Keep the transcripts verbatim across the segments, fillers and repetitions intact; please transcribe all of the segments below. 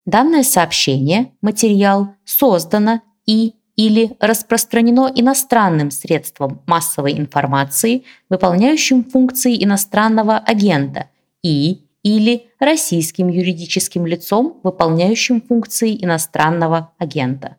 Данное сообщение, материал создано и или распространено иностранным средством массовой информации, выполняющим функции иностранного агента, и или российским юридическим лицом, выполняющим функции иностранного агента.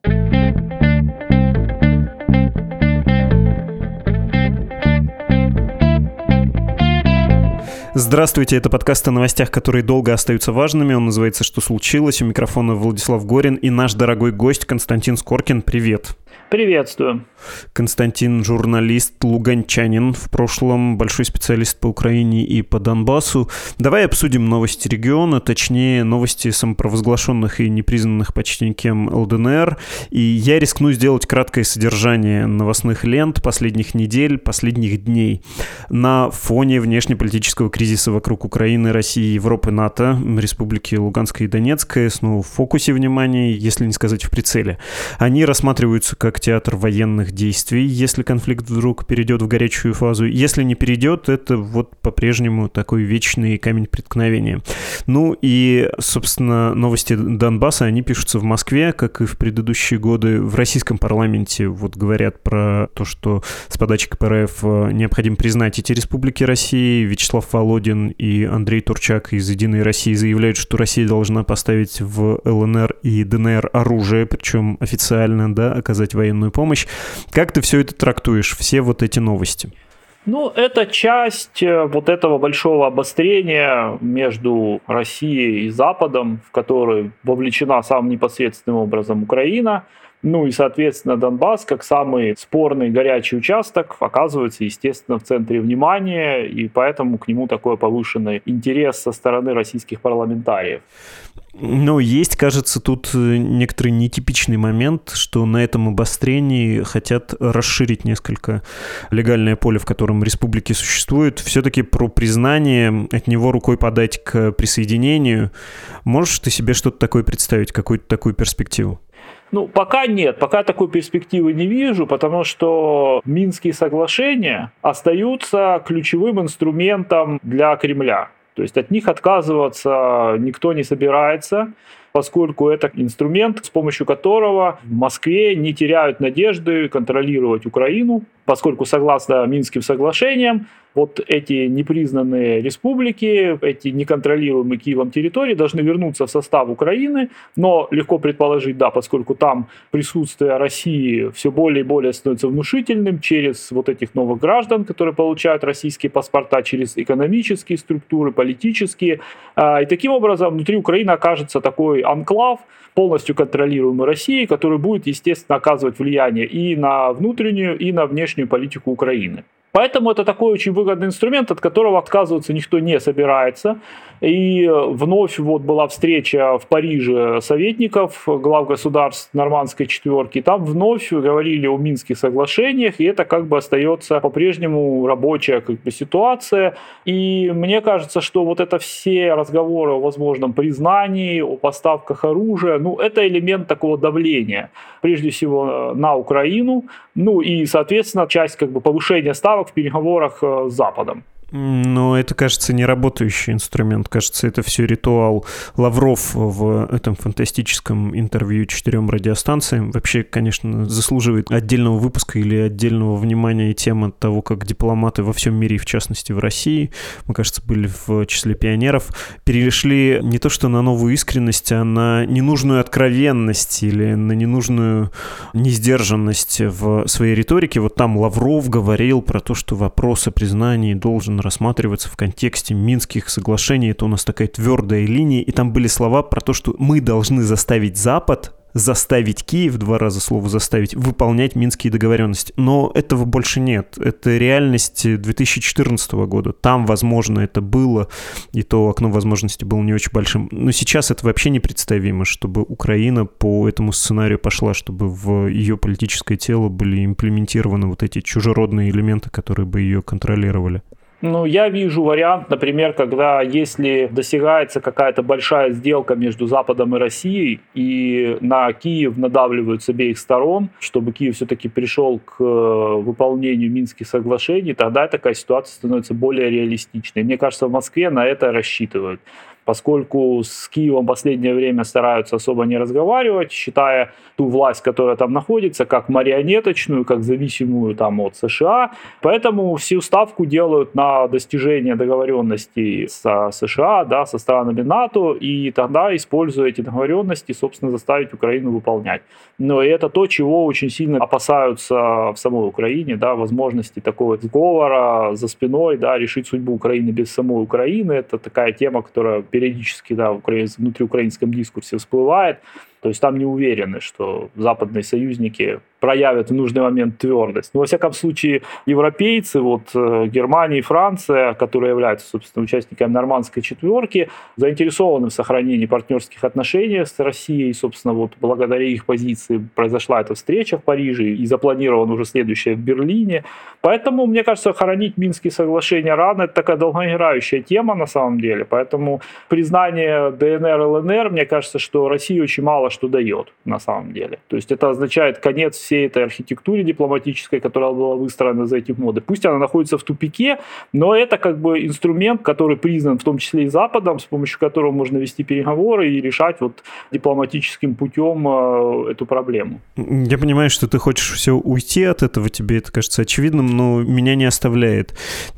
Здравствуйте, это подкаст о новостях, которые долго остаются важными. Он называется «Что случилось?». У микрофона Владислав Горин и наш дорогой гость Константин Скоркин. Привет. Приветствую. Константин — журналист, луганчанин, в прошлом большой специалист по Украине и по Донбассу. Давай обсудим новости региона, точнее новости самопровозглашенных и непризнанных почти никем ЛДНР. И я рискну сделать краткое содержание новостных лент последних недель, последних дней. На фоне внешнеполитического кризиса вокруг Украины, России, Европы, НАТО, республики Луганская и Донецкая снова в фокусе внимания, если не сказать в прицеле. Они рассматриваются как театр военных действий, если конфликт вдруг перейдет в горячую фазу. Если не перейдет, это вот по-прежнему такой вечный камень преткновения. Ну и, собственно, новости Донбасса, они пишутся в Москве, как и в предыдущие годы. В российском парламенте вот говорят про то, что с подачи КПРФ необходимо признать эти республики России. Вячеслав Володин и Андрей Турчак из «Единой России» заявляют, что Россия должна поставить в ЛНР и ДНР оружие, причем официально, да, оказать военную помощь. Как ты все это трактуешь, все вот эти новости? Ну, это часть вот этого большого обострения между Россией и Западом, в который вовлечена самым непосредственным образом Украина. Ну и, соответственно, Донбасс, как самый спорный горячий участок, оказывается, естественно, в центре внимания, и поэтому к нему такой повышенный интерес со стороны российских парламентариев. Ну, есть, кажется, тут некоторый нетипичный момент, что на этом обострении хотят расширить несколько легальное поле, в котором республики существуют. Все-таки про признание, от него рукой подать к присоединению. Можешь ты себе что-то такое представить, какую-то такую перспективу? Ну, пока нет, пока такой перспективы не вижу, потому что Минские соглашения остаются ключевым инструментом для Кремля. То есть от них отказываться никто не собирается, поскольку это инструмент, с помощью которого в Москве не теряют надежды контролировать Украину, поскольку согласно Минским соглашениям вот эти непризнанные республики, эти неконтролируемые Киевом территории должны вернуться в состав Украины, но легко предположить, да, поскольку там присутствие России все более и более становится внушительным через вот этих новых граждан, которые получают российские паспорта, через экономические структуры, политические. И таким образом внутри Украины окажется такой анклав, полностью контролируемый Россией, который будет, естественно, оказывать влияние и на внутреннюю, и на внешнюю политику Украины. Поэтому это такой очень выгодный инструмент, от которого отказываться никто не собирается. И вновь вот была встреча в Париже советников глав государств Нормандской четверки. Там вновь говорили о Минских соглашениях, и это как бы остается по-прежнему рабочая как бы ситуация. И мне кажется, что вот это все разговоры о возможном признании, о поставках оружия, ну это элемент такого давления, прежде всего на Украину, ну и, соответственно, часть как бы повышения ставок в переговорах с Западом. Но это, кажется, не работающий инструмент. Кажется, это все ритуал. Лавров в этом фантастическом интервью четырем радиостанциям вообще, конечно, заслуживает отдельного выпуска или отдельного внимания и тема того, как дипломаты во всем мире, в частности в России, мы, кажется, были в числе пионеров, перешли не то что на новую искренность, а на ненужную откровенность или на ненужную несдержанность в своей риторике. Вот там Лавров говорил про то, что вопрос о признании должен рассматриваться в контексте Минских соглашений. Это у нас такая твердая линия. И там были слова про то, что мы должны заставить Запад, заставить Киев, два раза слово «заставить», выполнять Минские договоренности. Но этого больше нет. Это реальность две тысячи четырнадцатого года. Там, возможно, это было, и то окно возможностей было не очень большим. Но сейчас это вообще непредставимо, чтобы Украина по этому сценарию пошла, чтобы в ее политическое тело были имплементированы вот эти чужеродные элементы, которые бы ее контролировали. Ну, я вижу вариант, например, когда если достигается какая-то большая сделка между Западом и Россией, и на Киев надавливают с обеих сторон, чтобы Киев все-таки пришел к выполнению Минских соглашений, тогда такая ситуация становится более реалистичной. Мне кажется, в Москве на это рассчитывают. поскольку с Киевом в последнее время стараются особо не разговаривать, считая ту власть, которая там находится, как марионеточную, как зависимую там от США. Поэтому всю ставку делают на достижение договоренностей со США, да, со странами НАТО, и тогда, используя эти договоренности, собственно, заставить Украину выполнять. Но и это то, чего очень сильно опасаются в самой Украине, да, возможности такого сговора за спиной, да, решить судьбу Украины без самой Украины. Это такая тема, которая периодически, да, в внутриукраинском дискурсе всплывает. То есть там не уверены, что западные союзники проявят в нужный момент твердость. Но, во всяком случае, европейцы, вот Германия и Франция, которые являются, собственно, участниками нормандской четверки, заинтересованы в сохранении партнерских отношений с Россией. Собственно, вот благодаря их позиции произошла эта встреча в Париже и запланирована уже следующая в Берлине. Поэтому, мне кажется, хоронить Минские соглашения рано. Это такая долгоиграющая тема на самом деле. Поэтому признание ДНР, ЛНР, мне кажется, что Россия очень мало что дает на самом деле. То есть это означает конец всей этой архитектуре дипломатической, которая была выстроена за эти годы. Пусть она находится в тупике, но это как бы инструмент, который признан в том числе и Западом, с помощью которого можно вести переговоры и решать вот дипломатическим путем э, эту проблему. Я понимаю, что ты хочешь все уйти от этого, тебе это кажется очевидным, но меня не оставляет.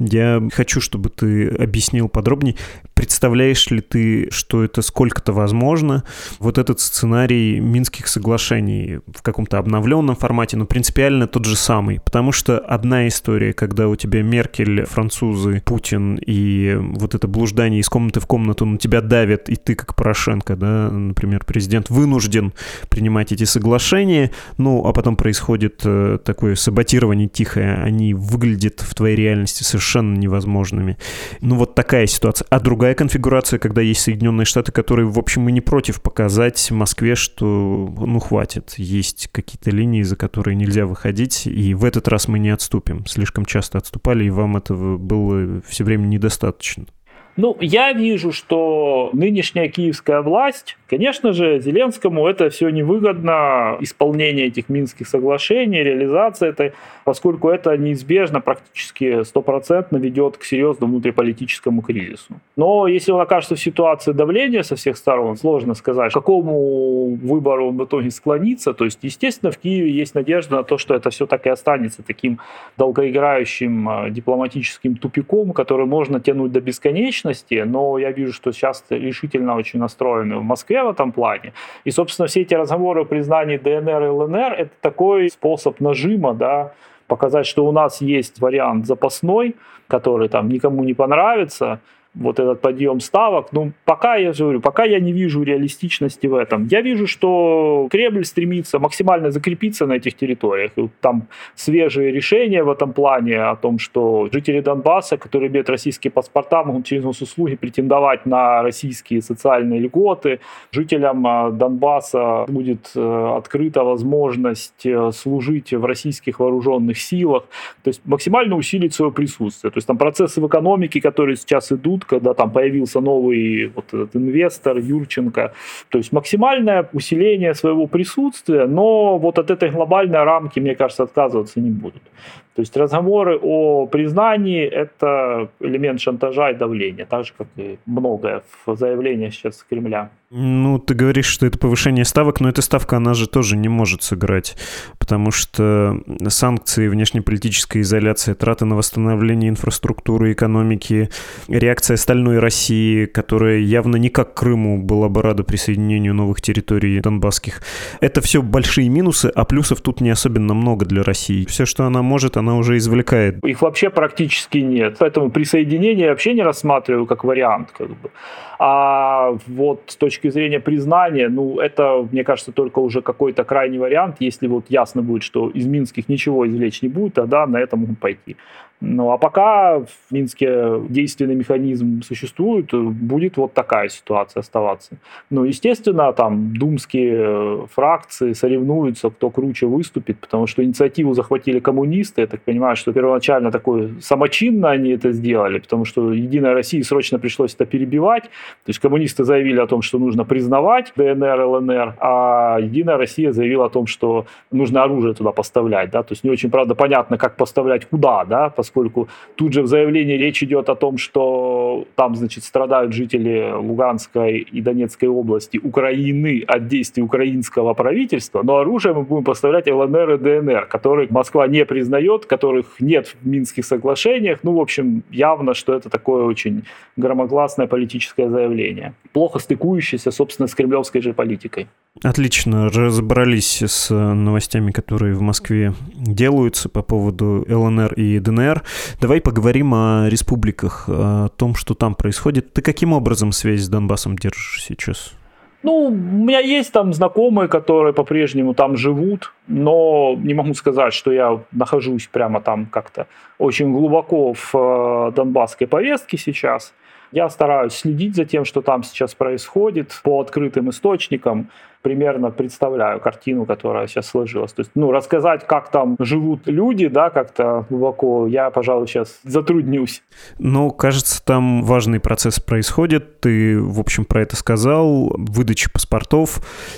Я хочу, чтобы ты объяснил подробнее, представляешь ли ты, что это сколько-то возможно, вот этот сценарий Минских соглашений в каком-то обновленном формате, но принципиально тот же самый. Потому что одна история, когда у тебя Меркель, французы, Путин и вот это блуждание из комнаты в комнату на тебя давят, и ты, как Порошенко, да, например, президент, вынужден принимать эти соглашения, ну, а потом происходит э, такое саботирование тихое, они выглядят в твоей реальности совершенно невозможными. Ну, вот такая ситуация. А другая конфигурация, когда есть Соединенные Штаты, которые, в общем, и не против показать Москве, что, ну, хватит, есть какие-то линии, за которые нельзя выходить, и в этот раз мы не отступим. Слишком часто отступали, и вам этого было все время недостаточно. Ну, я вижу, что нынешняя киевская власть, конечно же, Зеленскому это все невыгодно, исполнение этих Минских соглашений, реализация этой, поскольку это неизбежно, практически стопроцентно ведет к серьезному внутриполитическому кризису. Но если он окажется в ситуации давления со всех сторон, сложно сказать, к какому выбору он в итоге склонится. То есть, естественно, в Киеве есть надежда на то, что это все так и останется таким долгоиграющим дипломатическим тупиком, который можно тянуть до бесконечности. Но я вижу, что сейчас решительно очень настроены в Москве в этом плане. И, собственно, все эти разговоры о признании ДНР и ЛНР – это такой способ нажима, да, показать, что у нас есть вариант запасной, который там никому не понравится, вот этот подъем ставок. Ну, пока я же говорю, пока я не вижу реалистичности в этом. Я вижу, что Кремль стремится максимально закрепиться на этих территориях. И там свежие решения в этом плане о том, что жители Донбасса, которые имеют российские паспорта, могут через госуслуги претендовать на российские социальные льготы. Жителям Донбасса будет открыта возможность служить в российских вооруженных силах. То есть максимально усилить свое присутствие. То есть там процессы в экономике, которые сейчас идут, когда там появился новый вот этот инвестор Юрченко. То есть максимальное усиление своего присутствия, но вот от этой глобальной рамки, мне кажется, отказываться не будут. То есть разговоры о признании – это элемент шантажа и давления, так же, как и многое в заявлениях сейчас Кремля. Ну, ты говоришь, что это повышение ставок, но эта ставка, она же тоже не может сыграть, потому что санкции, внешнеполитическая изоляция, траты на восстановление инфраструктуры, экономики, реакция остальной России, которая явно не как Крыму была бы рада присоединению новых территорий донбасских. Это все большие минусы, а плюсов тут не особенно много для России. Все, что она может, она уже извлекает. Их вообще практически нет. Поэтому присоединение я вообще не рассматриваю как вариант. Как бы. А вот с точки зрения признания, ну, это, мне кажется, только уже какой-то крайний вариант. Если вот ясно будет, что из Минских ничего извлечь не будет, тогда на это могут пойти. Ну, а пока в Минске действенный механизм существует, будет вот такая ситуация оставаться. Ну, естественно, там думские фракции соревнуются, кто круче выступит, потому что инициативу захватили коммунисты. Я так понимаю, что первоначально такое самочинно они это сделали, потому что Единой России срочно пришлось это перебивать. То есть коммунисты заявили о том, что нужно нужно признавать ДНР, ЛНР, а Единая Россия заявила о том, что нужно оружие туда поставлять, да, то есть не очень, правда, понятно, как поставлять куда, да, поскольку тут же в заявлении речь идет о том, что там, значит, страдают жители Луганской и Донецкой области Украины от действий украинского правительства, но оружие мы будем поставлять ЛНР и ДНР, которые Москва не признает, которых нет в Минских соглашениях. Ну, в общем, явно, что это такое очень громогласное политическое заявление, плохо стыкующееся, собственно, с кремлевской же политикой. Отлично, разобрались с новостями, которые в Москве делаются по поводу ЛНР и ДНР. Давай поговорим о республиках, о том, что там происходит. Ты каким образом связь с Донбассом держишь сейчас? Ну, у меня есть там знакомые, которые по-прежнему там живут, но не могу сказать, что я нахожусь прямо там как-то очень глубоко в донбасской повестке сейчас. Я стараюсь следить за тем, что там сейчас происходит по открытым источникам. Примерно представляю картину, которая сейчас сложилась. То есть, ну, рассказать, как там живут люди, да, как-то глубоко, я, пожалуй, сейчас затруднюсь. Ну, кажется, там важный процесс происходит. Ты, в общем, про это сказал. Выдача паспортов.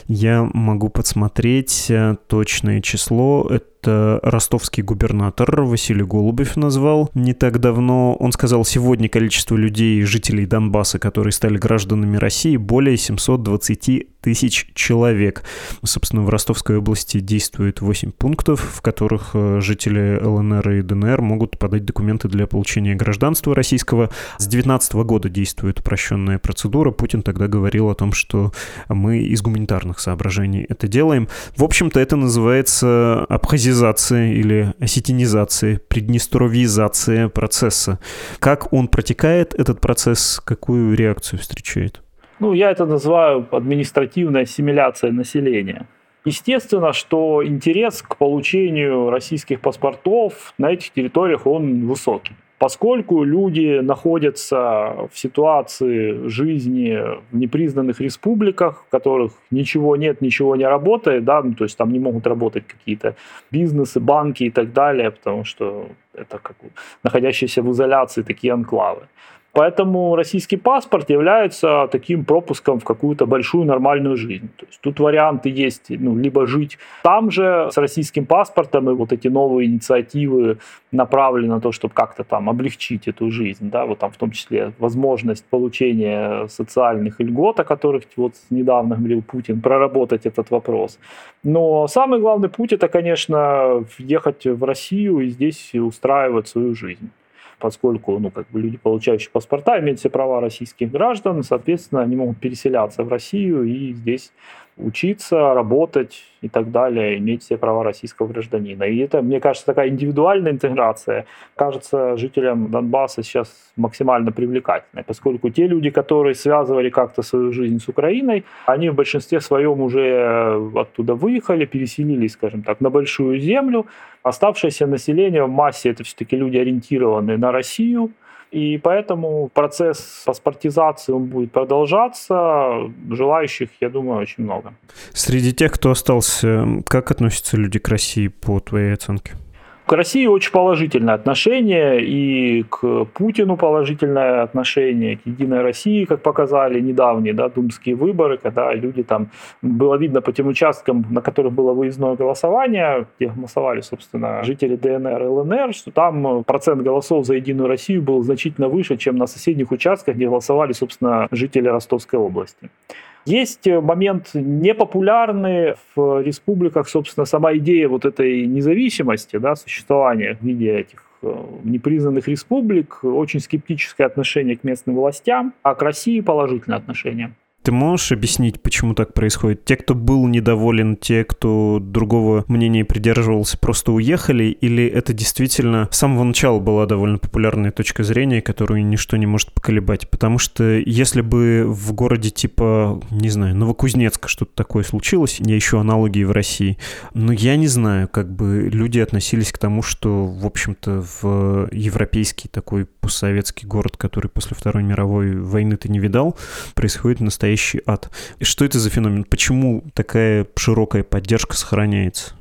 Я могу подсмотреть точное число. Это ростовский губернатор Василий Голубев назвал не так давно. Он сказал, сегодня количество людей, жителей Донбасса, которые стали гражданами России, более семьсот двадцать тысяч человек. Собственно, в Ростовской области действует восемь пунктов, в которых жители ЛНР и ДНР могут подать документы для получения гражданства российского. С две тысячи девятнадцатого года действует упрощенная процедура. Путин тогда говорил о том, что мы из гуманитарных соображений это делаем. В общем-то, это называется абхазизация или осетинизация, приднестровизация процесса. Как он протекает, этот процесс, какую реакцию встречает? Ну, я это называю административной ассимиляцией населения. Естественно, что интерес к получению российских паспортов на этих территориях, он высокий. Поскольку люди находятся в ситуации жизни в непризнанных республиках, в которых ничего нет, ничего не работает, да, ну, то есть там не могут работать какие-то бизнесы, банки и так далее, потому что это как находящиеся в изоляции такие анклавы. Поэтому российский паспорт является таким пропуском в какую-то большую нормальную жизнь. То есть тут варианты есть, ну, либо жить там же с российским паспортом, и вот эти новые инициативы направлены на то, чтобы как-то там облегчить эту жизнь, да, вот там в том числе возможность получения социальных льгот, о которых вот недавно говорил Путин, проработать этот вопрос. Но самый главный путь — это, конечно, ехать в Россию и здесь устраивать свою жизнь. Поскольку, ну, как бы люди, получающие паспорта, имеют все права российских граждан, соответственно, они могут переселяться в Россию и здесь учиться, работать и так далее, иметь все права российского гражданина. И это, мне кажется, такая индивидуальная интеграция кажется жителям Донбасса сейчас максимально привлекательной, поскольку те люди, которые связывали как-то свою жизнь с Украиной, они в большинстве своем уже оттуда выехали, переселились, скажем так, на большую землю. Оставшееся население в массе — это все-таки люди, ориентированные на Россию, и поэтому процесс паспортизации он будет продолжаться. Желающих, я думаю, очень много. Среди тех, кто остался, как относятся люди к России, по твоей оценке? К России очень положительное отношение, и к Путину положительное отношение, к Единой России, как показали недавние, да, думские выборы, когда люди там, было видно по тем участкам, на которых было выездное голосование, где голосовали, собственно, жители ДНР и ЛНР, что там процент голосов за Единую Россию был значительно выше, чем на соседних участках, где голосовали, собственно, жители Ростовской области. Есть момент непопулярный в республиках, собственно, сама идея вот этой независимости, да, существования в виде этих непризнанных республик, очень скептическое отношение к местным властям, а к России положительное отношение. Ты можешь объяснить, почему так происходит? Те, кто был недоволен, те, кто другого мнения придерживался, просто уехали? Или это действительно с самого начала была довольно популярная точка зрения, которую ничто не может поколебать? Потому что если бы в городе типа, не знаю, Новокузнецка что-то такое случилось, я ищу аналогии в России, но я не знаю, как бы люди относились к тому, что, в общем-то, в европейский такой постсоветский город, который после Второй мировой войны ты не видал, происходит настоящий ад. И что это за феномен? Почему такая широкая поддержка сохраняется?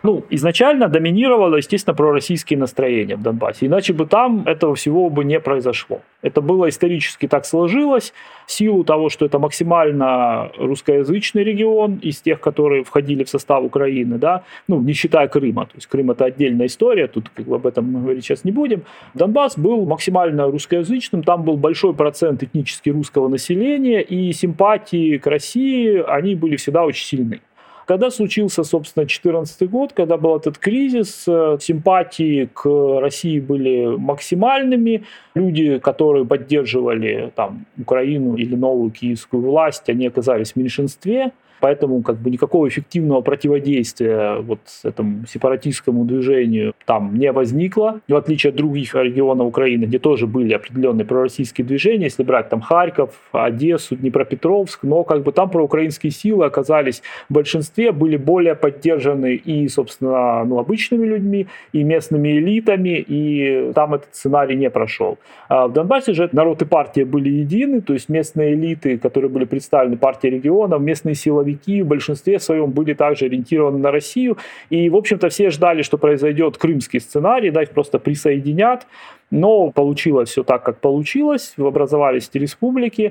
Ну, изначально доминировало, естественно, пророссийские настроения в Донбассе. Иначе бы там этого всего бы не произошло. Это было исторически так сложилось, в силу того, что это максимально русскоязычный регион из тех, которые входили в состав Украины, да, ну, не считая Крыма. То есть Крым — это отдельная история, тут как бы об этом мы говорить сейчас не будем. Донбасс был максимально русскоязычным, там был большой процент этнически русского населения, и симпатии к России, они были всегда очень сильны. Когда случился, собственно, две тысячи четырнадцатый год, когда был этот кризис, симпатии к России были максимальными. Люди, которые поддерживали там Украину или новую киевскую власть, они оказались в меньшинстве. Поэтому как бы никакого эффективного противодействия вот этому сепаратистскому движению там не возникло. В отличие от других регионов Украины, где тоже были определенные пророссийские движения, если брать там Харьков, Одессу, Днепропетровск, но как бы там проукраинские силы оказались в большинстве, были более поддержаны и, собственно, ну, обычными людьми, и местными элитами, и там этот сценарий не прошел. А в Донбассе же народ и партия были едины, то есть местные элиты, которые были представлены партией регионов, местные силовики в большинстве своем были также ориентированы на Россию. И, в общем-то, все ждали, что произойдет крымский сценарий, да, их просто присоединят. Но получилось все так, как получилось. Образовались эти республики.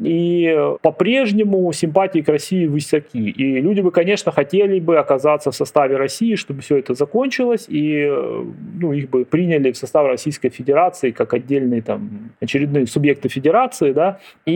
И по-прежнему симпатии к России высоки. И люди бы, конечно, хотели бы оказаться в составе России, чтобы все это закончилось, и ну, их бы приняли в состав Российской Федерации как отдельные там, очередные субъекты Федерации, да,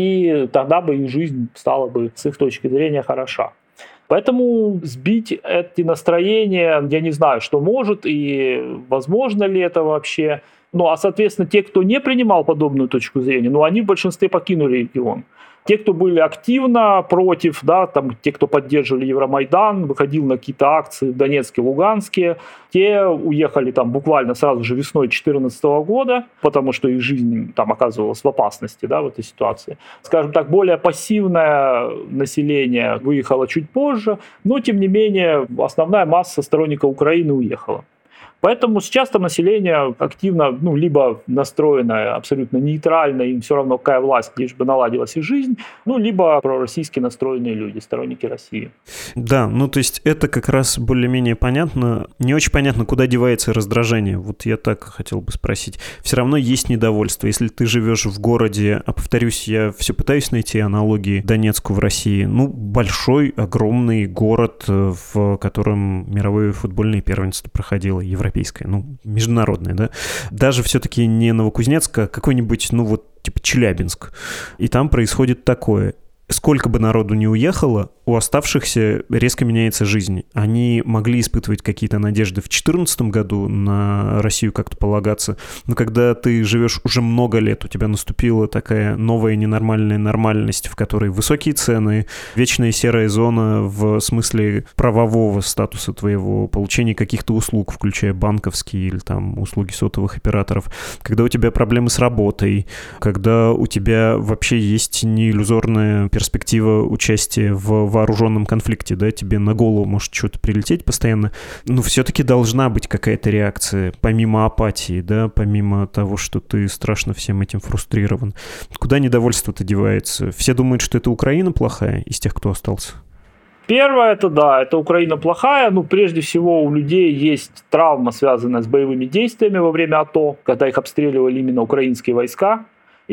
и тогда бы их жизнь стала бы, с их точки зрения, хороша. Поэтому сбить эти настроения, я не знаю, что может и возможно ли это вообще. Ну, а, соответственно, те, кто не принимал подобную точку зрения, ну, они в большинстве покинули регион. Те, кто были активно против, да, там, те, кто поддерживали Евромайдан, выходил на какие-то акции в Донецке, Луганске, те уехали там буквально сразу же весной две тысячи четырнадцатого года, потому что их жизнь там оказывалась в опасности, да, в этой ситуации. Скажем так, более пассивное население выехало чуть позже, но, тем не менее, основная масса сторонников Украины уехала. Поэтому сейчас там население активно, ну, либо настроено абсолютно нейтрально, им все равно какая власть, лишь бы наладилась их жизнь, ну, либо пророссийски настроенные люди, сторонники России. Да, ну, то есть это как раз более-менее понятно. Не очень понятно, куда девается раздражение. Вот я так хотел бы спросить. Все равно есть недовольство. Если ты живешь в городе, а, повторюсь, я все пытаюсь найти аналогии Донецку в России, ну, большой, огромный город, в котором мировое футбольное первенство проходило, европейское. Ну, международное, да, даже все-таки не Новокузнецк, а какой-нибудь, ну, вот, типа Челябинск. И там происходит такое. Сколько бы народу ни уехало, у оставшихся резко меняется жизнь. Они могли испытывать какие-то надежды в две тысячи четырнадцатом году на Россию как-то полагаться, но когда ты живешь уже много лет, у тебя наступила такая новая ненормальная нормальность, в которой высокие цены, вечная серая зона в смысле правового статуса твоего, получения каких-то услуг, включая банковские или там услуги сотовых операторов, когда у тебя проблемы с работой, когда у тебя вообще есть неиллюзорная перспектива участия в вооруженном конфликте, да, тебе на голову может что-то прилететь постоянно, но все-таки должна быть какая-то реакция, помимо апатии, да, помимо того, что ты страшно всем этим фрустрирован. Куда недовольство-то девается? Все думают, что это Украина плохая из тех, кто остался? Первое, это да, это Украина плохая. Ну, прежде всего, у людей есть травма, связанная с боевыми действиями во время АТО, когда их обстреливали именно украинские войска.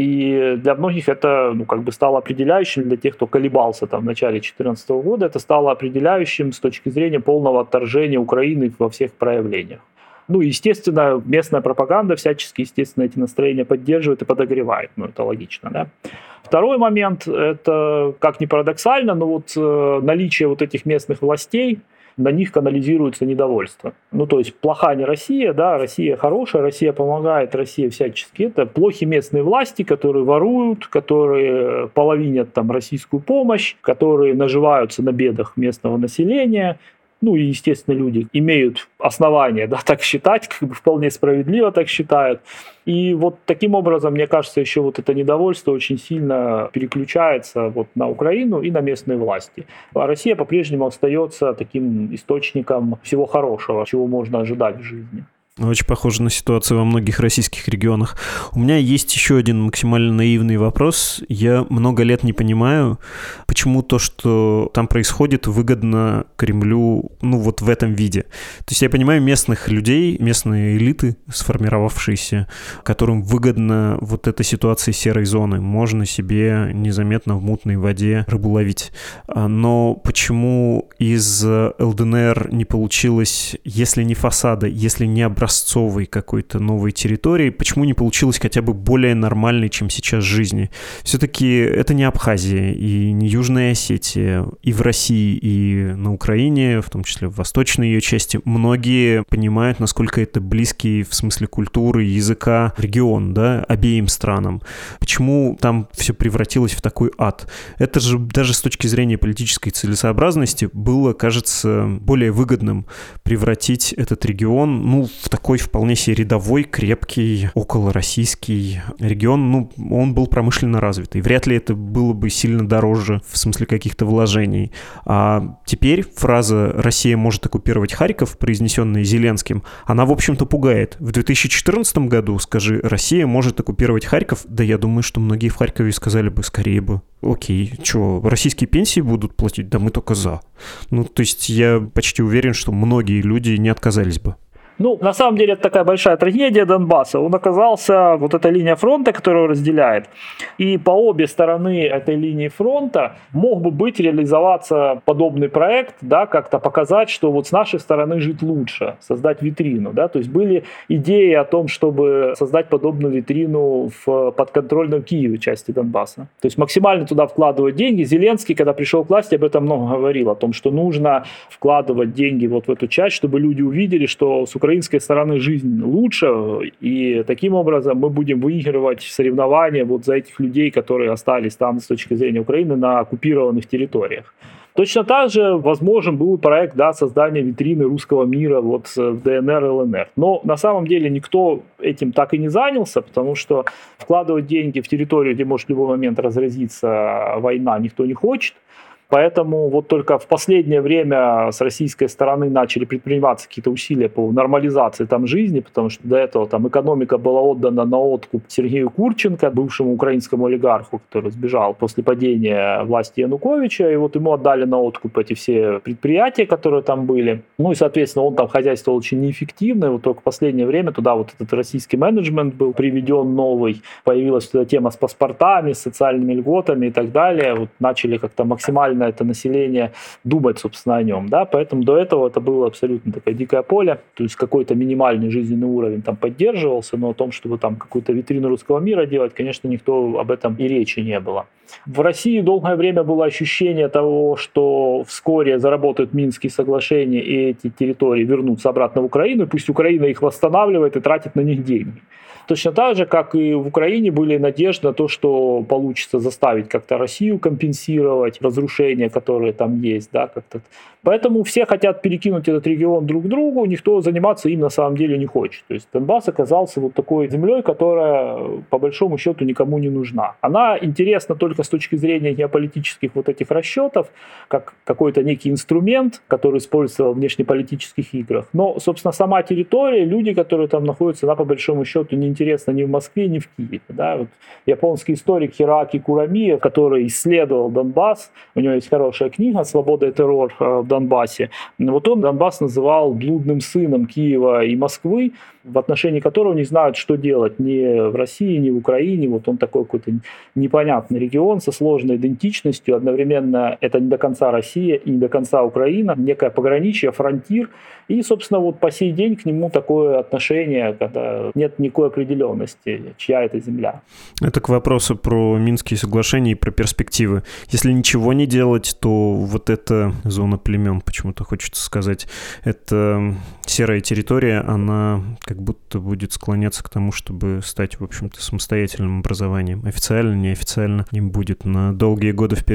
И для многих это, ну, как бы стало определяющим, для тех, кто колебался там в начале две тысячи четырнадцатого года, это стало определяющим с точки зрения полного отторжения Украины во всех проявлениях. Ну, естественно, местная пропаганда всячески, естественно, эти настроения поддерживает и подогревает. Ну, это логично, да. Второй момент, это, как ни парадоксально, но вот э, наличие вот этих местных властей, на них канализируется недовольство. Ну, то есть плоха не Россия, да, Россия хорошая, Россия помогает, Россия всячески. Это плохи местные власти, которые воруют, которые половинят там российскую помощь, которые наживаются на бедах местного населения. Ну и, естественно, люди имеют основания, да, так считать, как бы вполне справедливо так считают. И вот таким образом, мне кажется, еще вот это недовольство очень сильно переключается вот на Украину и на местные власти. А Россия по-прежнему остается таким источником всего хорошего, чего можно ожидать в жизни. Очень похоже на ситуацию во многих российских регионах. У меня есть еще один максимально наивный вопрос. Я много лет не понимаю, почему то, что там происходит, выгодно Кремлю, ну, вот в этом виде. То есть я понимаю местных людей, местные элиты, сформировавшиеся, которым выгодно вот эта ситуация серой зоны. Можно себе незаметно в мутной воде рыбу ловить. Но почему из эл дэ эн эр не получилось, если не фасада, если не образцовой какой-то новой территории, почему не получилось хотя бы более нормальной, чем сейчас, жизни? Все-таки это не Абхазия и не Южная Осетия. И в России, и на Украине, в том числе в восточной ее части, многие понимают, насколько это близкий в смысле культуры, языка регион, да, обеим странам. Почему там все превратилось в такой ад? Это же даже с точки зрения политической целесообразности было, кажется, более выгодным превратить этот регион, ну, в такой вполне себе рядовой, крепкий, околороссийский регион. Ну, он был промышленно развитый. Вряд ли это было бы сильно дороже в смысле каких-то вложений. А теперь фраза «Россия может оккупировать Харьков», произнесенная Зеленским, она, в общем-то, пугает. В две тысячи четырнадцатом году, скажи, Россия может оккупировать Харьков, да я думаю, что многие в Харькове сказали бы скорее бы: окей, что, российские пенсии будут платить? Да мы только за. Ну, то есть я почти уверен, что многие люди не отказались бы. Ну, на самом деле, это такая большая трагедия Донбасса. Он оказался, вот эта линия фронта, которая разделяет, и по обе стороны этой линии фронта мог бы быть реализоваться подобный проект, да, как-то показать, что вот с нашей стороны жить лучше, создать витрину, да, то есть были идеи о том, чтобы создать подобную витрину в подконтрольном Киеве части Донбасса. То есть максимально туда вкладывать деньги. Зеленский, когда пришел к власти, об этом много говорил, о том, что нужно вкладывать деньги вот в эту часть, чтобы люди увидели, что с украинской стороны жизнь лучше, и таким образом мы будем выигрывать соревнования вот за этих людей, которые остались там с точки зрения Украины на оккупированных территориях. Точно так же возможен был проект, да, создания витрины русского мира вот в дэ эн эр, эл эн эр. Но на самом деле никто этим так и не занялся, потому что вкладывать деньги в территорию, где может в любой момент разразиться война, никто не хочет. Поэтому вот только в последнее время с российской стороны начали предприниматься какие-то усилия по нормализации там жизни, потому что до этого там экономика была отдана на откуп Сергею Курченко, бывшему украинскому олигарху, который сбежал после падения власти Януковича, и вот ему отдали на откуп эти все предприятия, которые там были. Ну и, соответственно, он там хозяйствовал очень неэффективно, и вот только в последнее время туда вот этот российский менеджмент был приведен новый, появилась эта тема с паспортами, с социальными льготами и так далее, вот начали как-то максимально это население думать, собственно, о нем, да, поэтому до этого это было абсолютно такое дикое поле, то есть какой-то минимальный жизненный уровень там поддерживался, но о том, чтобы там какую-то витрину русского мира делать, конечно, никто об этом и речи не было. В России долгое время было ощущение того, что вскоре заработают Минские соглашения и эти территории вернутся обратно в Украину, и пусть Украина их восстанавливает и тратит на них деньги. Точно так же, как и в Украине, были надежды на то, что получится заставить как-то Россию компенсировать разрушения, которые там есть. Да, как-то. Поэтому все хотят перекинуть этот регион друг к другу, никто заниматься им на самом деле не хочет. То есть Донбасс оказался вот такой землей, которая по большому счету никому не нужна. Она интересна только с точки зрения геополитических вот этих расчетов, как какой-то некий инструмент, который используется во внешнеполитических играх. Но, собственно, сама территория, люди, которые там находятся, она по большому счету не интересна ни в Москве, ни в Киеве. Да? Вот японский историк Хираки Курамия, который исследовал Донбасс, у него есть хорошая книга «Свобода и террор в Донбассе». Вот он Донбасс называл блудным сыном Киева и Москвы, в отношении которого не знают, что делать ни в России, ни в Украине. Вот он такой какой-то непонятный регион со сложной идентичностью. Одновременно это не до конца Россия и не до конца Украина, некое пограничье, фронтир. И, собственно, вот по сей день к нему такое отношение, когда нет никакой определенности, чья это земля. Это к вопросу про Минские соглашения и про перспективы. Если ничего не делать, то вот эта зона племен, почему-то хочется сказать, это серая территория, она как будто будет склоняться к тому, чтобы стать, в общем-то, самостоятельным образованием. Официально, неофициально им будет на долгие годы вперед.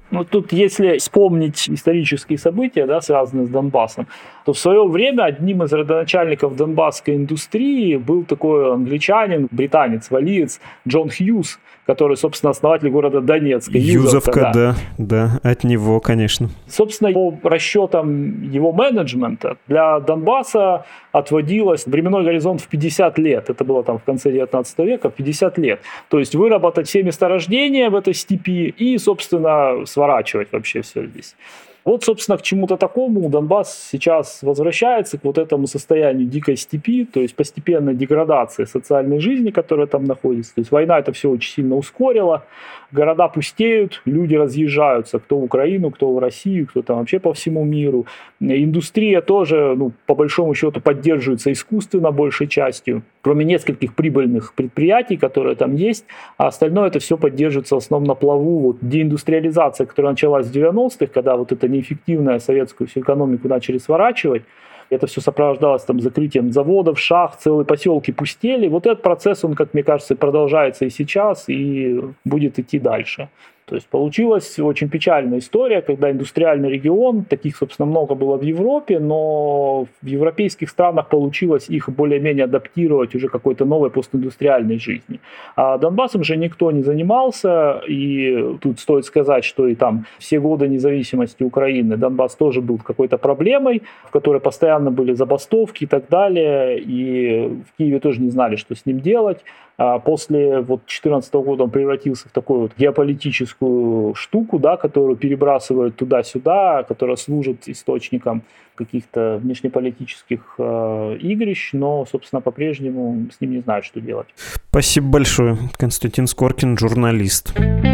Ну, тут, если вспомнить исторические события, да, связанные с Донбассом, то в свое время одним из родоначальников донбасской индустрии был такой англичанин, британец, валиец Джон Хьюз, который, собственно, основатель города Донецка. Юзовка, да. да, да, от него, конечно. Собственно, по расчетам его менеджмента для Донбасса отводилось временной горизонт в пятьдесят лет. Это было там в конце девятнадцатого века, пятьдесят лет. То есть выработать все месторождения в этой степи и, собственно, сворачивать вообще все здесь. Вот, собственно, к чему-то такому Донбасс сейчас возвращается, к вот этому состоянию дикой степи, то есть постепенной деградации социальной жизни, которая там находится. То есть война это все очень сильно ускорила, города пустеют, люди разъезжаются, кто в Украину, кто в Россию, кто там вообще по всему миру. Индустрия тоже, ну, по большому счету, поддерживается искусственно большей частью, кроме нескольких прибыльных предприятий, которые там есть, а остальное это все поддерживается в основном на плаву. Вот деиндустриализация, которая началась в девяностых, когда вот это неэффективную советскую всю экономику начали сворачивать, это все сопровождалось там закрытием заводов, шахт, целые поселки пустели. Вот этот процесс, он, как мне кажется, продолжается и сейчас, и будет идти дальше. То есть получилась очень печальная история, когда индустриальный регион, таких, собственно, много было в Европе, но в европейских странах получилось их более-менее адаптировать уже к какой-то новой постиндустриальной жизни. А Донбассом же никто не занимался, и тут стоит сказать, что и там все годы независимости Украины Донбасс тоже был какой-то проблемой, в которой постоянно были забастовки и так далее, и в Киеве тоже не знали, что с ним делать. А после вот две тысячи четырнадцатого года он превратился в такую вот геополитическую штуку, да, которую перебрасывают туда-сюда, которая служит источником каких-то внешнеполитических э, игрищ, но, собственно, по-прежнему с ним не знают, что делать. Спасибо большое. Константин Скоркин, журналист.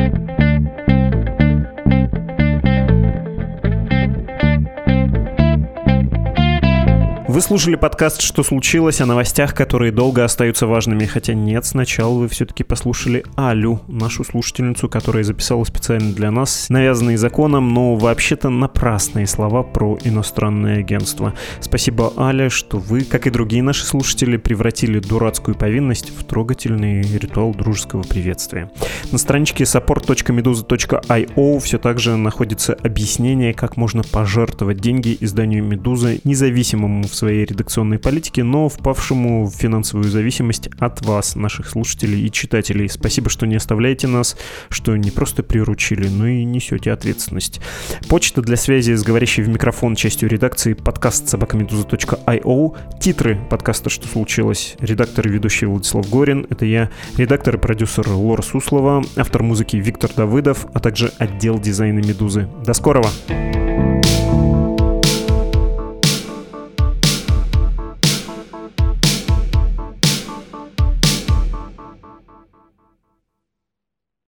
Вы слушали подкаст «Что случилось?» о новостях, которые долго остаются важными. Хотя нет, сначала вы все-таки послушали Алю, нашу слушательницу, которая записала специально для нас навязанные законом, но вообще-то напрасные слова про иностранное агентство. Спасибо, Аля, что вы, как и другие наши слушатели, превратили дурацкую повинность в трогательный ритуал дружеского приветствия. На страничке support точка meduza точка io все так же находится объяснение, как можно пожертвовать деньги изданию «Медуза», независимому в своей редакционной политике, но впавшему в финансовую зависимость от вас, наших слушателей и читателей. Спасибо, что не оставляете нас, что не просто приручили, но и несете ответственность. Почта для связи с говорящей в микрофон частью редакции подкаст собака медуза точка io. Титры подкаста «Что случилось?» Редактор и ведущий Владислав Горин. Это я, редактор и продюсер Лора Суслова, автор музыки Виктор Давыдов, а также отдел дизайна «Медузы». До скорого!